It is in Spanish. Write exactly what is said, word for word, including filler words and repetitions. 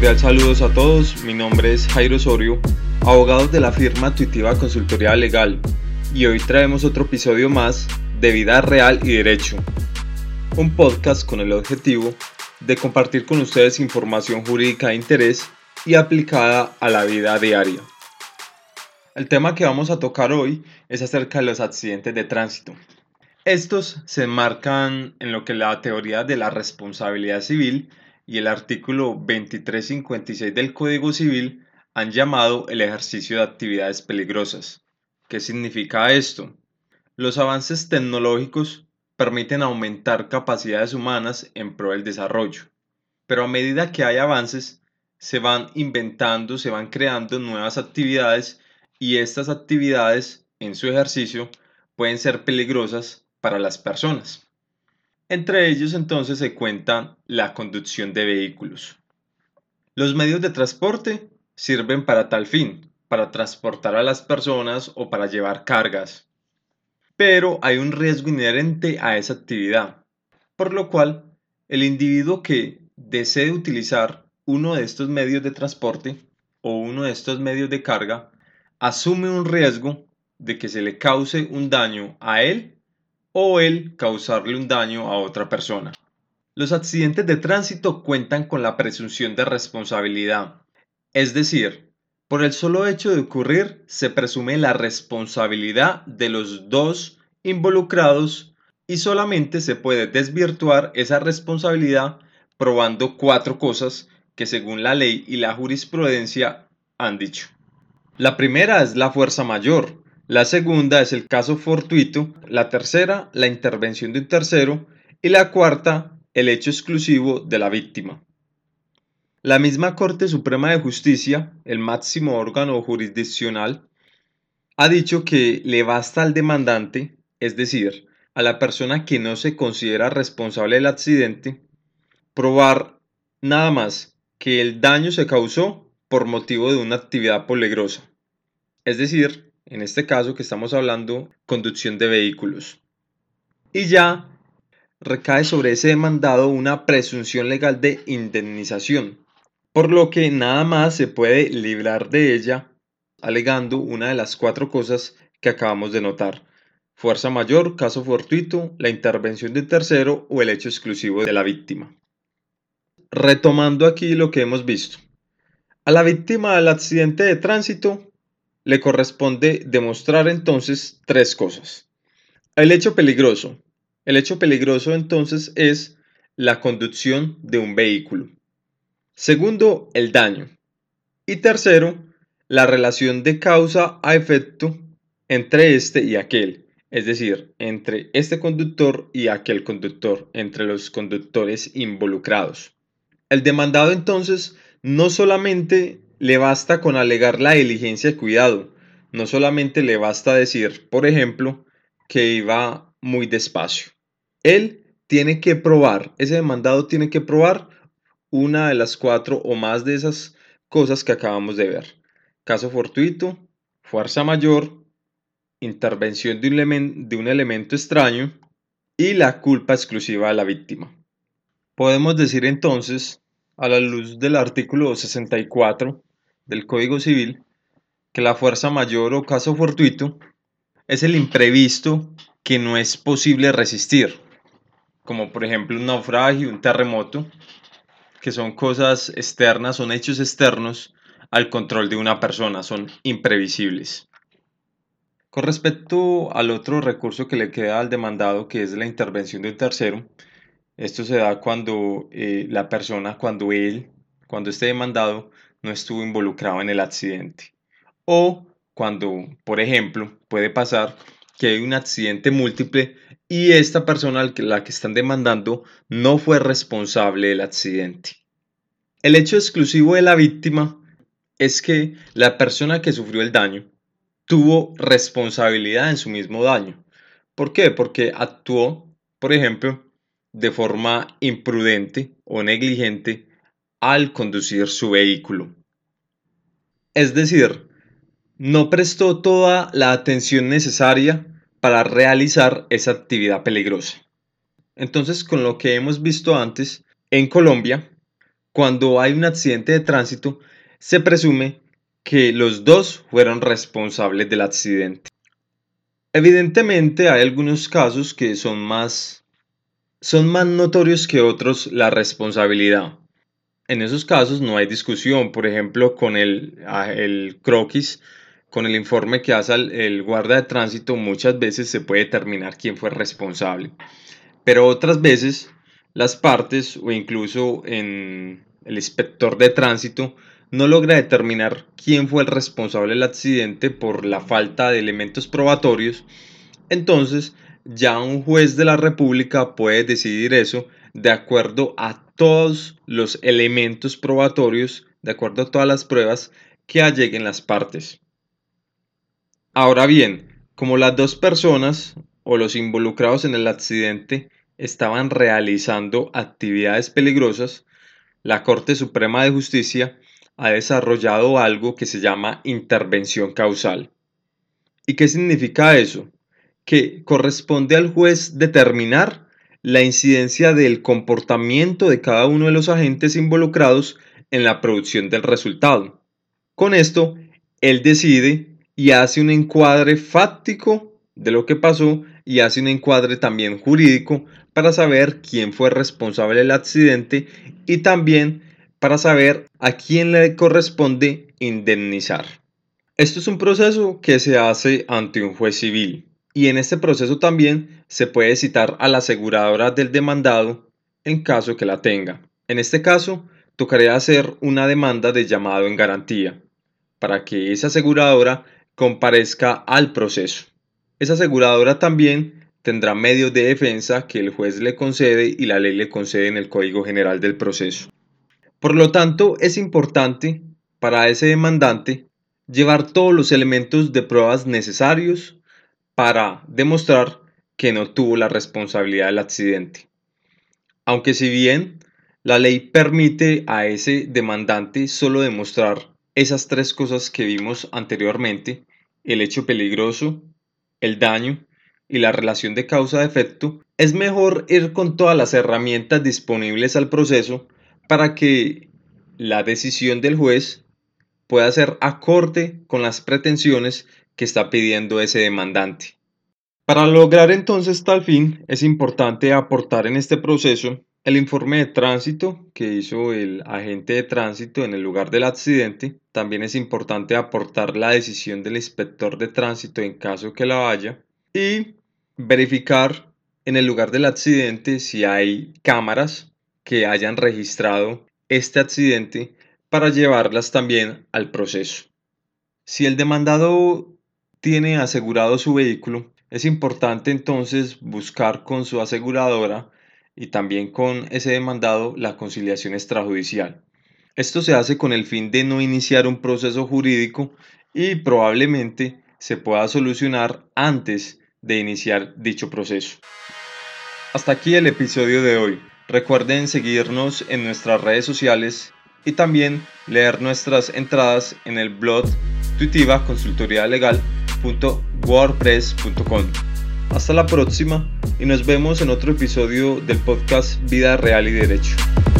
cordial saludos a todos, mi nombre es Jairo Osorio, abogado de la firma Tuitiva Consultoría Legal, y hoy traemos otro episodio más de Vida Real y Derecho, un podcast con el objetivo de compartir con ustedes información jurídica de interés y aplicada a la vida diaria. El tema que vamos a tocar hoy es acerca de los accidentes de tránsito. Estos se enmarcan en lo que la teoría de la responsabilidad civil y el artículo veintitrés cincuenta y seis del Código Civil han llamado el ejercicio de actividades peligrosas. ¿Qué significa esto? Los avances tecnológicos permiten aumentar capacidades humanas en pro del desarrollo, pero a medida que hay avances, se van inventando, se van creando nuevas actividades y estas actividades en su ejercicio pueden ser peligrosas para las personas. Entre ellos entonces se cuenta la conducción de vehículos. Los medios de transporte sirven para tal fin, para transportar a las personas o para llevar cargas. Pero hay un riesgo inherente a esa actividad, por lo cual el individuo que desee utilizar uno de estos medios de transporte o uno de estos medios de carga asume un riesgo de que se le cause un daño a él o él causarle un daño a otra persona. Los accidentes de tránsito cuentan con la presunción de responsabilidad, es decir, por el solo hecho de ocurrir se presume la responsabilidad de los dos involucrados y solamente se puede desvirtuar esa responsabilidad probando cuatro cosas que según la ley y la jurisprudencia han dicho. La primera es la fuerza mayor, la segunda es el caso fortuito, la tercera la intervención de un tercero y la cuarta el hecho exclusivo de la víctima. La misma Corte Suprema de Justicia, el máximo órgano jurisdiccional, ha dicho que le basta al demandante, es decir, a la persona que no se considera responsable del accidente, probar nada más que el daño se causó por motivo de una actividad peligrosa. Es decir, en este caso que estamos hablando, conducción de vehículos. Y ya recae sobre ese demandado una presunción legal de indemnización, por lo que nada más se puede librar de ella alegando una de las cuatro cosas que acabamos de notar: fuerza mayor, caso fortuito, la intervención de tercero o el hecho exclusivo de la víctima. Retomando aquí lo que hemos visto. A la víctima del accidente de tránsito le corresponde demostrar entonces tres cosas. El hecho peligroso. El hecho peligroso entonces es la conducción de un vehículo. Segundo, el daño. Y tercero, la relación de causa a efecto entre este y aquel, es decir, entre este conductor y aquel conductor, entre los conductores involucrados. El demandado entonces no solamente le basta con alegar la diligencia de cuidado, no solamente le basta decir, por ejemplo, que iba muy despacio. Él tiene que probar, ese demandado tiene que probar una de las cuatro o más de esas cosas que acabamos de ver: caso fortuito, fuerza mayor, intervención de un, elemen- de un elemento extraño y la culpa exclusiva de la víctima. Podemos decir entonces, a la luz del artículo sesenta y cuatro del Código Civil, que la fuerza mayor o caso fortuito es el imprevisto que no es posible resistir, como por ejemplo un naufragio, un terremoto, que son cosas externas, son hechos externos al control de una persona, son imprevisibles. Con respecto al otro recurso que le queda al demandado, que es la intervención de un tercero, esto se da cuando eh, la persona, cuando él, cuando este demandado no estuvo involucrado en el accidente. O cuando, por ejemplo, puede pasar que hay un accidente múltiple y esta persona a la que están demandando no fue responsable del accidente. El hecho exclusivo de la víctima es que la persona que sufrió el daño tuvo responsabilidad en su mismo daño. ¿Por qué? Porque actuó, por ejemplo, de forma imprudente o negligente al conducir su vehículo. Es decir, no prestó toda la atención necesaria para realizar esa actividad peligrosa. Entonces, con lo que hemos visto antes, en Colombia, Cuando hay un accidente de tránsito, se presume que los dos fueron responsables del accidente. Evidentemente hay algunos casos que son más, son más notorios que otros la responsabilidad. En esos casos no hay discusión, por ejemplo, con el, el croquis, con el informe que hace el, el guarda de tránsito, muchas veces se puede determinar quién fue responsable. Pero otras veces las partes o incluso en el inspector de tránsito no logra determinar quién fue el responsable del accidente por la falta de elementos probatorios. Entonces ya un juez de la República puede decidir eso de acuerdo a todos los elementos probatorios, de acuerdo a todas las pruebas que alleguen las partes. Ahora bien, como las dos personas o los involucrados en el accidente estaban realizando actividades peligrosas, la Corte Suprema de Justicia ha desarrollado algo que se llama intervención causal. ¿Y qué significa eso? Que corresponde al juez determinar la incidencia del comportamiento de cada uno de los agentes involucrados en la producción del resultado. Con esto, él decide y hace un encuadre fáctico de lo que pasó y hace un encuadre también jurídico para saber quién fue responsable del accidente y también para saber a quién le corresponde indemnizar. Esto es un proceso que se hace ante un juez civil y en este proceso también se puede citar a la aseguradora del demandado en caso que la tenga. En este caso, tocaría hacer una demanda de llamado en garantía para que esa aseguradora comparezca al proceso. Esa aseguradora también tendrá medios de defensa que el juez le concede y la ley le concede en el Código General del Proceso. Por lo tanto, es importante para ese demandante llevar todos los elementos de pruebas necesarios para demostrar que no tuvo la responsabilidad del accidente. Aunque si bien la ley permite a ese demandante solo demostrar esas tres cosas que vimos anteriormente, el hecho peligroso, el daño y la relación de causa-efecto, es mejor ir con todas las herramientas disponibles al proceso para que la decisión del juez pueda ser acorde con las pretensiones que está pidiendo ese demandante. Para lograr entonces tal fin, es importante aportar en este proceso el informe de tránsito que hizo el agente de tránsito en el lugar del accidente. También es importante aportar la decisión del inspector de tránsito en caso que la haya y verificar en el lugar del accidente si hay cámaras que hayan registrado este accidente para llevarlas también al proceso. Si el demandado tiene asegurado su vehículo, es importante entonces buscar con su aseguradora y también con ese demandado la conciliación extrajudicial. Esto se hace con el fin de no iniciar un proceso jurídico y probablemente se pueda solucionar antes de iniciar dicho proceso. Hasta aquí el episodio de hoy. Recuerden seguirnos en nuestras redes sociales y también leer nuestras entradas en el blog tuitiva consultoría legal punto wordpress punto com. Hasta la próxima y nos vemos en otro episodio del podcast Vida Real y Derecho.